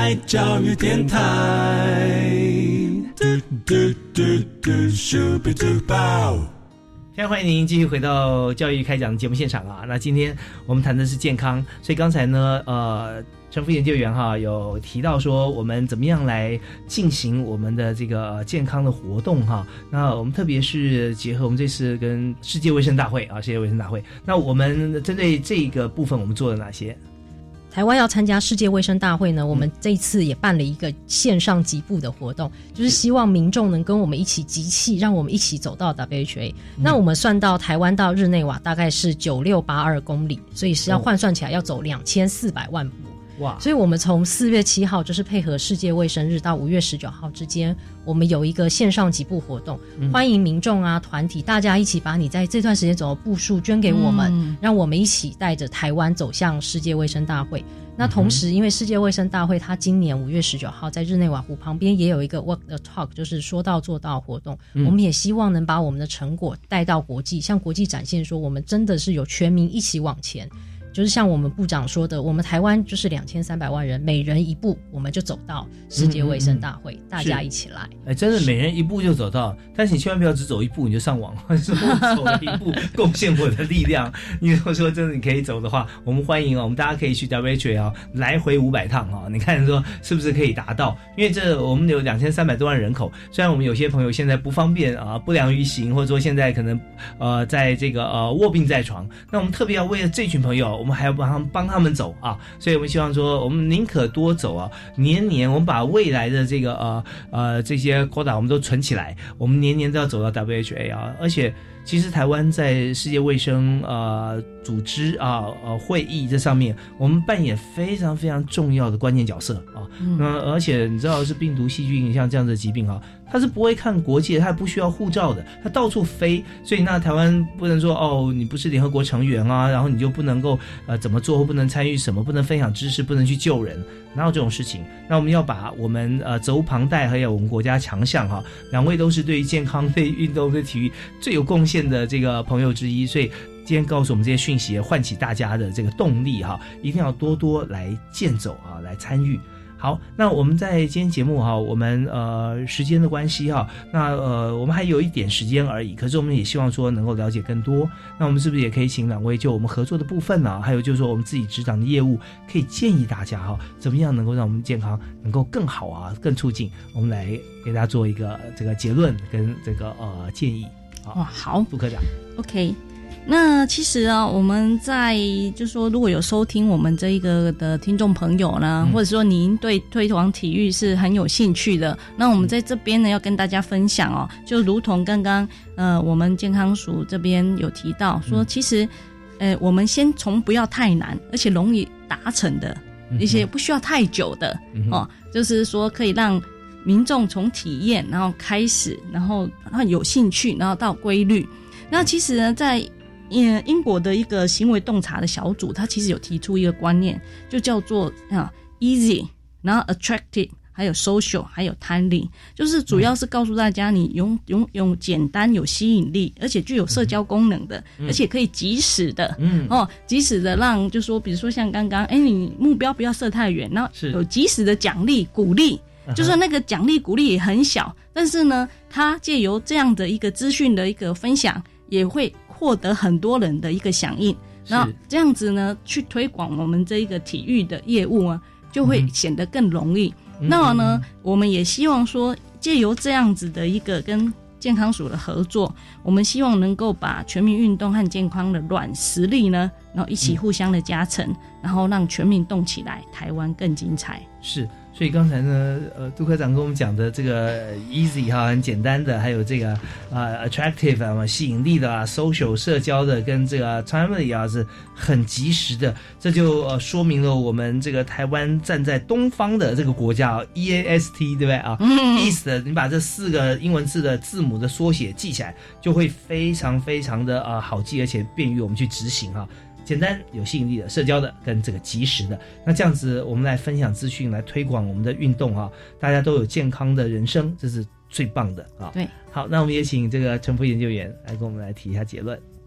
爱教育电台。嘟嘟嘟嘟，Shoo-be-doo bow。 非常欢迎您继续回到教育开讲的节目现场啊！那今天我们谈的是健康，所以刚才呢，呃，陈副研究员哈有提到说，我们怎么样来进行我们的这个健康的活动哈。那我们特别是结合我们这次跟世界卫生大会啊，世界卫生大会，那我们针对这个部分，我们做了哪些？ 台湾要参加世界卫生大会呢，我们这一次也办了一个线上集步的活动，就是希望民众能跟我们一起集气，让我们一起走到 W H A。嗯、那我们算到台湾到日内瓦大概是九六八二公里，所以是要换算起来要走两千四百万步。哇！所以我们从四月七号就是配合世界卫生日到五月十九号之间，我们有一个线上集步活动，嗯、欢迎民众啊、团体，大家一起把你在这段时间走的步数捐给我们，嗯、让我们一起带着台湾走向世界卫生大会。那同时，因为世界卫生大会它今年五月十九号在日内瓦湖旁边也有一个 Walk the Talk， 就是说到做到活动，嗯、我们也希望能把我们的成果带到国际，向国际展现说我们真的是有全民一起往前。就是像我们部长说的，我们台湾就是两千三百万人，每人一步，我们就走到世界卫生大会，嗯嗯嗯大家一起来。 哎，真的每人一步就走到，但是你千万不要只走一步你就上网，说我走了一步，贡献我的力量。你如果说真的你可以走的话，我们欢迎哦，我们大家可以去 W H A 啊，来回五百趟啊，你看说是不是可以达到？因为这我们有两千三百多万人口，虽然我们有些朋友现在不方便啊，不良于行，或者说现在可能呃在这个呃卧病在床，那我们特别要为了这群朋友，我们还要帮他们帮他们走啊，所以我们希望说，我们宁可多走啊，年年我们把未来的这个呃呃这些 quota 我们都存起来，我们年年都要走到 W H A 啊，而且其实台湾在世界卫生呃组织啊呃会议这上面，我们扮演非常非常重要的关键角色啊。嗯、呃，而且你知道是病毒细菌像这样的疾病啊，它是不会看国界，它也不需要护照的，它到处飞。所以那台湾不能说哦，你不是联合国成员啊，然后你就不能够呃怎么做，或不能参与什么，不能分享知识，不能去救人，哪有这种事情？那我们要把我们呃责无旁贷，还有我们国家强项哈，两位都是对于健康、对运动、对体育最有贡献的这个朋友之一，所以今天告诉我们这些讯息，唤起大家的这个动力哈，一定要多多来健走啊，来参与。好，那我们在今天节目哈，我们呃时间的关系哈，那呃我们还有一点时间而已，可是我们也希望说能够了解更多。那我们是不是也可以请两位就我们合作的部分呢、啊，还有就是说我们自己执掌的业务，可以建议大家哈，怎么样能够让我们健康能够更好啊，更促进？我们来给大家做一个这个结论跟这个呃建议。 哇，好， 副科长 ，OK。那其实啊，我们在就说，如果有收听我们这一个的听众朋友呢，嗯、或者说您对推广体育是很有兴趣的，那我们在这边呢要跟大家分享哦，就如同刚刚呃我们健康署这边有提到说，其实呃我们先从不要太难，而且容易达成的一些不需要太久的、嗯、哦，就是说可以让民众从体验然后开始，然后有兴趣，然后到规律。那其实呢，在嗯，英国的一个行为洞察的小组，他其实有提出一个观念，就叫做啊 easy， 然后 attractive， 还有 social， 还有 timely， 就是主要是告诉大家，你用用用简单、有吸引力，而且具有社交功能的，嗯、而且可以及时的，嗯哦，及时的让，就说比如说像刚刚，哎，你目标不要设太远，然后有及时的奖励鼓励。就说那个奖励鼓励也很小，但是呢，他借由这样的一个资讯的一个分享，也会获得很多人的一个响应，然后这样子呢，去推广我们这一个体育的业务啊，就会显得更容易。嗯、那么呢，我们也希望说，借由这样子的一个跟健康署的合作，我们希望能够把全民运动和健康的软实力呢，然后一起互相的加成，嗯、然后让全民动起来，台湾更精彩。 是。所以刚才呢，呃，杜科长跟我们讲的这个 easy 哈，很简单的，还有这个呃 attractive 啊，吸引力的啊 ，social 社交的，跟这个 timely 啊是很及时的，这就呃说明了我们这个台湾站在东方的这个国家啊 ，E A S T 对不对啊？嗯 ，East 的，你把这四个英文字的字母的缩写记起来，就会非常非常的呃好记，而且便于我们去执行哈。简单有吸引力的社交的跟这个及时的，那这样子我们来分享资讯，来推广我们的运动啊，大家都有健康的人生，这是最棒的啊。 对， 好，那我们也请这个陈副研究员来跟我们来提一下结论。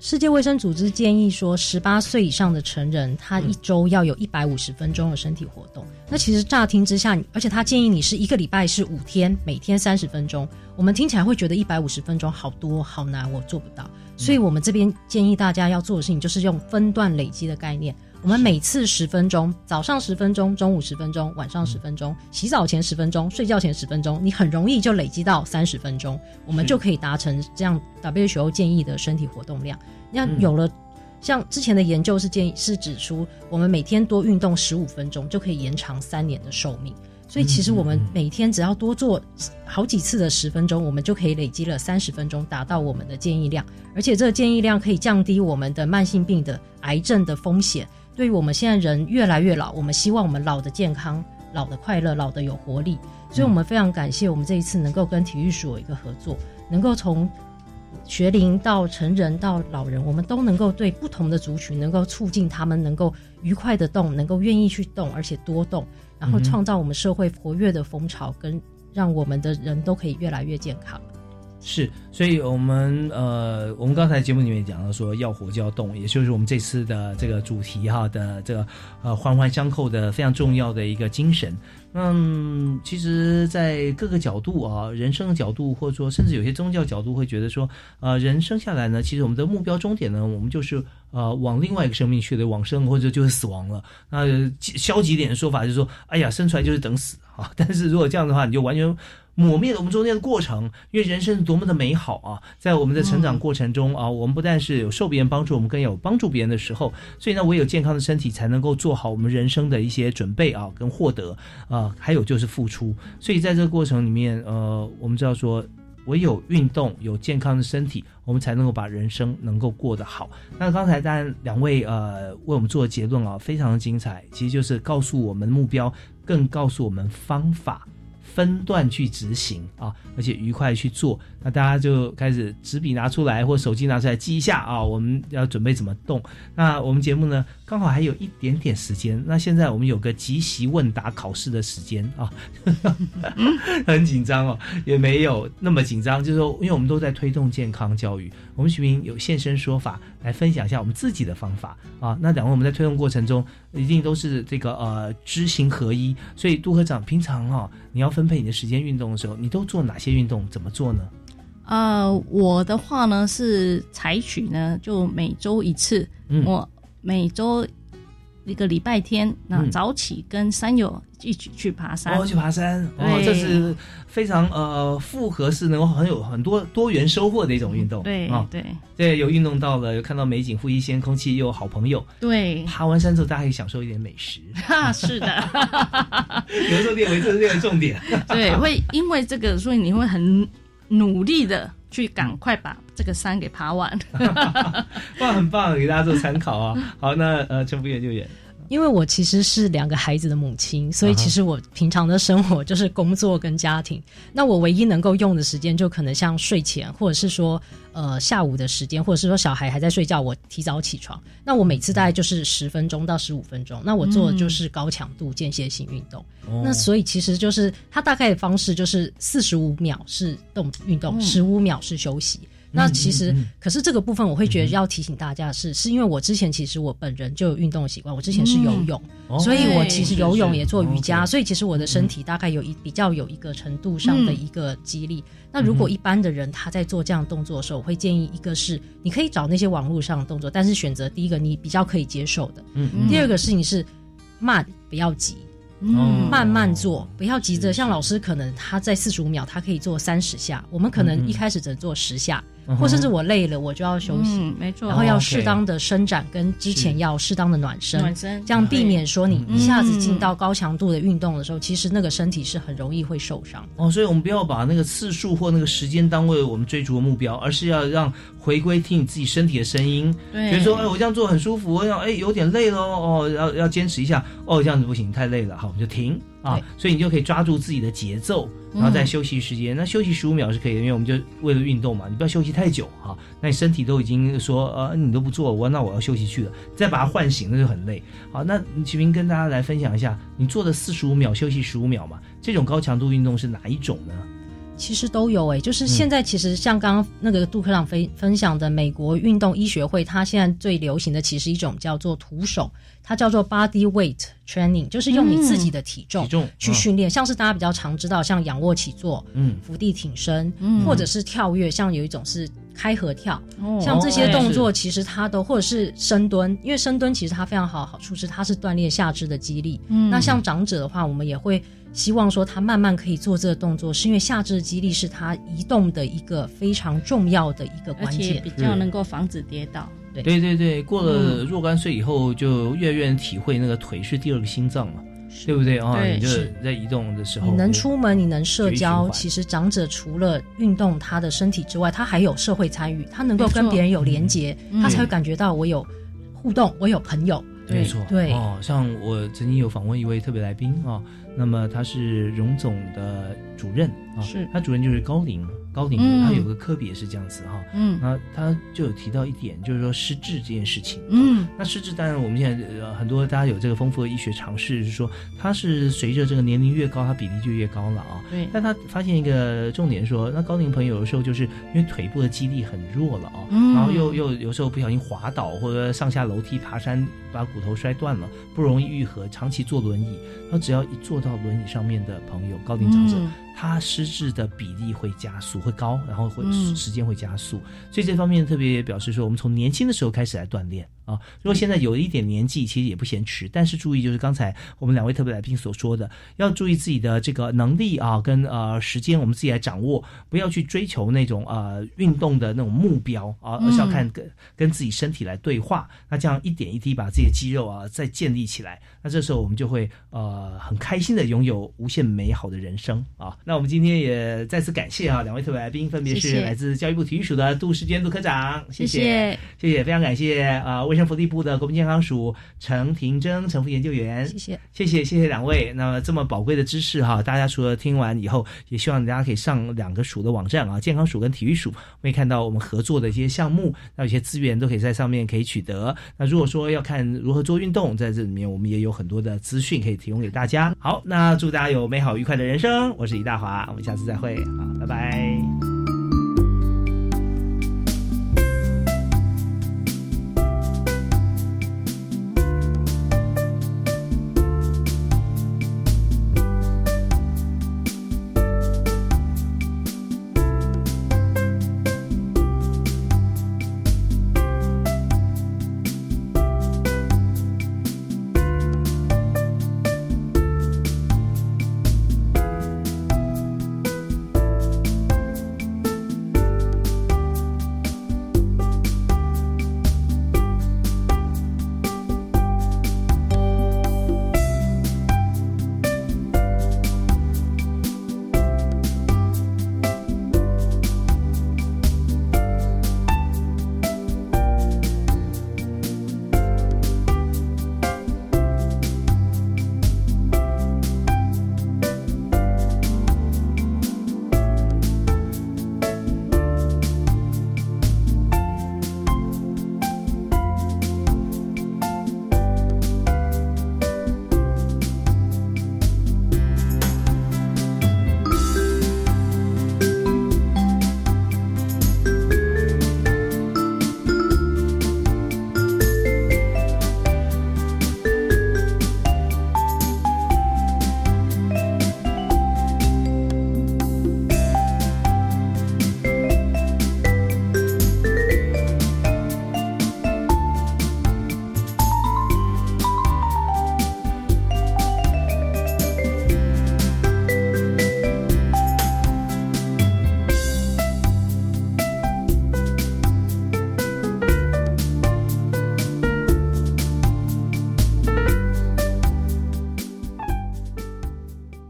世界卫生组织建议说，十八岁以上的成人，他一周要有一百五十分钟的身体活动。那其实乍听之下，而且他建议你是一个礼拜是五天，每天三十分钟。我们听起来会觉得一百五十分钟好多好难，我做不到。所以我们这边建议大家要做的事情，就是用分段累积的概念。我们每次十分钟，早上十分钟，中午十分钟，晚上十分钟，洗澡前十分钟，睡觉前十分钟，你很容易就累积到三十分钟，我们就可以达成这样 W H O 建议的身体活动量。那有了，像之前的研究是建议是指出，我们每天多运动十五分钟就可以延长三年的寿命。所以其实我们每天只要多做好几次的十分钟，我们就可以累积了三十分钟，达到我们的建议量。而且这个建议量可以降低我们的慢性病的癌症的风险。对于我们现在人越来越老，我们希望我们老的健康，老的快乐，老的有活力。所以我们非常感谢我们这一次能够跟体育署有一个合作，能够从学龄到成人到老人，我们都能够对不同的族群能够促进他们能够愉快的动，能够愿意去动，而且多动，然后创造我们社会活跃的风潮，跟让我们的人都可以越来越健康。 是，所以我们呃，我们刚才节目里面讲到说要活就要动，也就是我们这次的这个主题哈的这个呃环环相扣的非常重要的一个精神。嗯，其实在各个角度啊，人生的角度，或者说甚至有些宗教角度会觉得说，呃，人生下来呢，其实我们的目标终点呢，我们就是呃往另外一个生命去的往生，或者就是死亡了。那消极一点的说法就是说，哎呀，生出来就是等死啊。但是如果这样的话，你就完全抹灭了我们中间的过程，因为人生是多么的美好啊！在我们的成长过程中啊，我们不但是有受别人帮助，我们更有帮助别人的时候。所以呢，唯有健康的身体才能够做好我们人生的一些准备啊，跟获得啊，还有就是付出。所以在这个过程里面，呃，我们知道说，唯有运动，有健康的身体，我们才能够把人生能够过得好。那刚才当然两位呃为我们做的结论啊，非常的精彩，其实就是告诉我们目标，更告诉我们方法。分段去执行啊，而且愉快去做。那大家就开始纸笔拿出来或手机拿出来记一下啊，我们要准备怎么动。那我们节目呢，刚好还有一点点时间。那现在我们有个即席问答考试的时间啊，很紧张哦，也没有那么紧张，就是说，因为我们都在推动健康教育，我们徐明有现身说法来分享一下我们自己的方法啊。那两位我们在推动过程中，一定都是这个呃知行合一。所以杜科长平常啊，你要分配你的时间运动的时候，你都做哪些运动？怎么做呢？ 呃，我的话呢是采取呢，就每周一次，嗯、我每周一个礼拜天，那早起跟山友一起去爬山。 哦，去爬山，哦，这是非常呃复合式，能够很有很多多元收获的一种运动。 对、 哦、 对对，有运动到了，有看到美景，呼吸新鲜空气，又有好朋友。 对， 爬完山之后，大家可以享受一点美食。 哈，是的， 有时候列为这是这个重点。 对，会因为这个，所以你会很努力的去赶快把这个山给爬完。 哇，很棒，给大家做参考啊。好，那呃，陈福远就远。 因为我其实是两个孩子的母亲，所以其实我平常的生活就是工作跟家庭。那我唯一能够用的时间，就可能像睡前，或者是说呃下午的时间，或者是说小孩还在睡觉，我提早起床。那我每次大概就是十分钟到十五分钟。那我做的就是高强度间歇性运动。嗯、那所以其实就是它大概的方式就是四十五秒是动运动，十五、嗯、秒是休息。那其实、嗯嗯嗯、可是这个部分我会觉得要提醒大家的是、嗯、是因为我之前其实我本人就有运动的习惯，我之前是游泳、嗯、所以我其实游泳也做瑜伽、哦、所以其实我的身体大概有一比较有一个程度上的一个肌力、嗯、那如果一般的人他在做这样动作的时候，我会建议一个是你可以找那些网络上的动作，但是选择第一个你比较可以接受的，嗯嗯，第二个事情是慢不要急，嗯，慢慢做，不要急着。像老师可能他在四十五秒，他可以做三十下，我们可能一开始只能做十下，嗯、或甚至我累了我就要休息， 嗯、没错。 然后要适当的伸展，跟之前要适当的暖身，暖身，这样避免说你一下子进到高强度的运动的时候，嗯、其实那个身体是很容易会受伤。 哦，所以我们不要把那个次数或那个时间单位我们追逐的目标，而是要让回归听你自己身体的声音。对，比如说，哎，我这样做很舒服，我想，哎，有点累咯，哦，要要坚持一下，哦，这样子不行，太累了，好，我们就停。啊，所以你就可以抓住自己的节奏，然后再休息时间。嗯、那休息十五秒是可以的，因为我们就为了运动嘛，你不要休息太久哈。那你身体都已经说呃你都不做，我那我要休息去了，再把它唤醒那就很累。好，那启明跟大家来分享一下，你做的四十五秒休息十五秒嘛，这种高强度运动是哪一种呢？ 其实都有诶、欸，就是现在其实像刚刚那个杜科长分分享的美国运动医学会，它现在最流行的其实一种叫做徒手，它叫做 body weight training， 就是用你自己的体重去训练、嗯、像是大家比较常知道像仰卧起坐、嗯，伏地挺身、嗯，或者是跳跃，像有一种是开合跳、哦、像这些动作其实它都或者是深蹲，因为深蹲其实它非常好的好处是它是锻炼下肢的肌力、嗯、那像长者的话我们也会希望说他慢慢可以做这个动作，是因为下肢的肌力是他移动的一个非常重要的一个关键， 而且比较能够防止跌倒。 对对对对，过了若干岁以后就越来越能体会那个腿是第二个心脏嘛，对不对啊？对，你就在移动的时候， 你能出门，你能社交，其实长者除了运动他的身体之外，他还有社会参与，他能够跟别人有连结、嗯、他才会感觉到我有互动，我有朋友。 没错， 对哦，像我曾经有访问一位特别来宾啊、哦，那么他是荣总的主任啊，是他主任就是高龄。高龄、嗯、他有个科别是这样子哈，嗯，那他就有提到一点，就是说失智这件事情，嗯，那失智当然我们现在、呃、很多大家有这个丰富的医学常识，是说它是随着这个年龄越高，它比例就越高了啊，对。但他发现一个重点说，那高龄朋友有的时候就是因为腿部的肌力很弱了啊，嗯，然后又又有时候不小心滑倒或者上下楼梯爬山把骨头摔断了，不容易愈合，长期坐轮椅，然后只要一坐到轮椅上面的朋友，高龄长者。嗯，它失智的比例会加速，会高，然后会时间会加速、嗯、所以这方面特别表示说我们从年轻的时候开始来锻炼啊。如果现在有一点年纪其实也不嫌迟，但是注意就是刚才我们两位特别来宾所说的，要注意自己的这个能力啊跟呃时间我们自己来掌握，不要去追求那种呃运动的那种目标啊，而是要看跟跟自己身体来对话，那这样一点一滴把自己的肌肉啊再建立起来，那这时候我们就会呃很开心的拥有无限美好的人生啊。那我们今天也再次感谢啊两位特别来宾，分别是来自教育部体育署的杜世娟杜科长，谢谢谢谢，非常感谢啊、呃、卫生福利部的国民健康署陈庭珍陈副研究员，谢谢谢谢谢谢两位。那么这么宝贵的知识哈、啊，大家除了听完以后，也希望大家可以上两个署的网站啊，健康署跟体育署，会看到我们合作的一些项目，那有些资源都可以在上面可以取得。那如果说要看如何做运动，在这里面我们也有很多的资讯可以提供给大家。好，那祝大家有美好愉快的人生，我是李大华，我们下次再会，好，拜拜。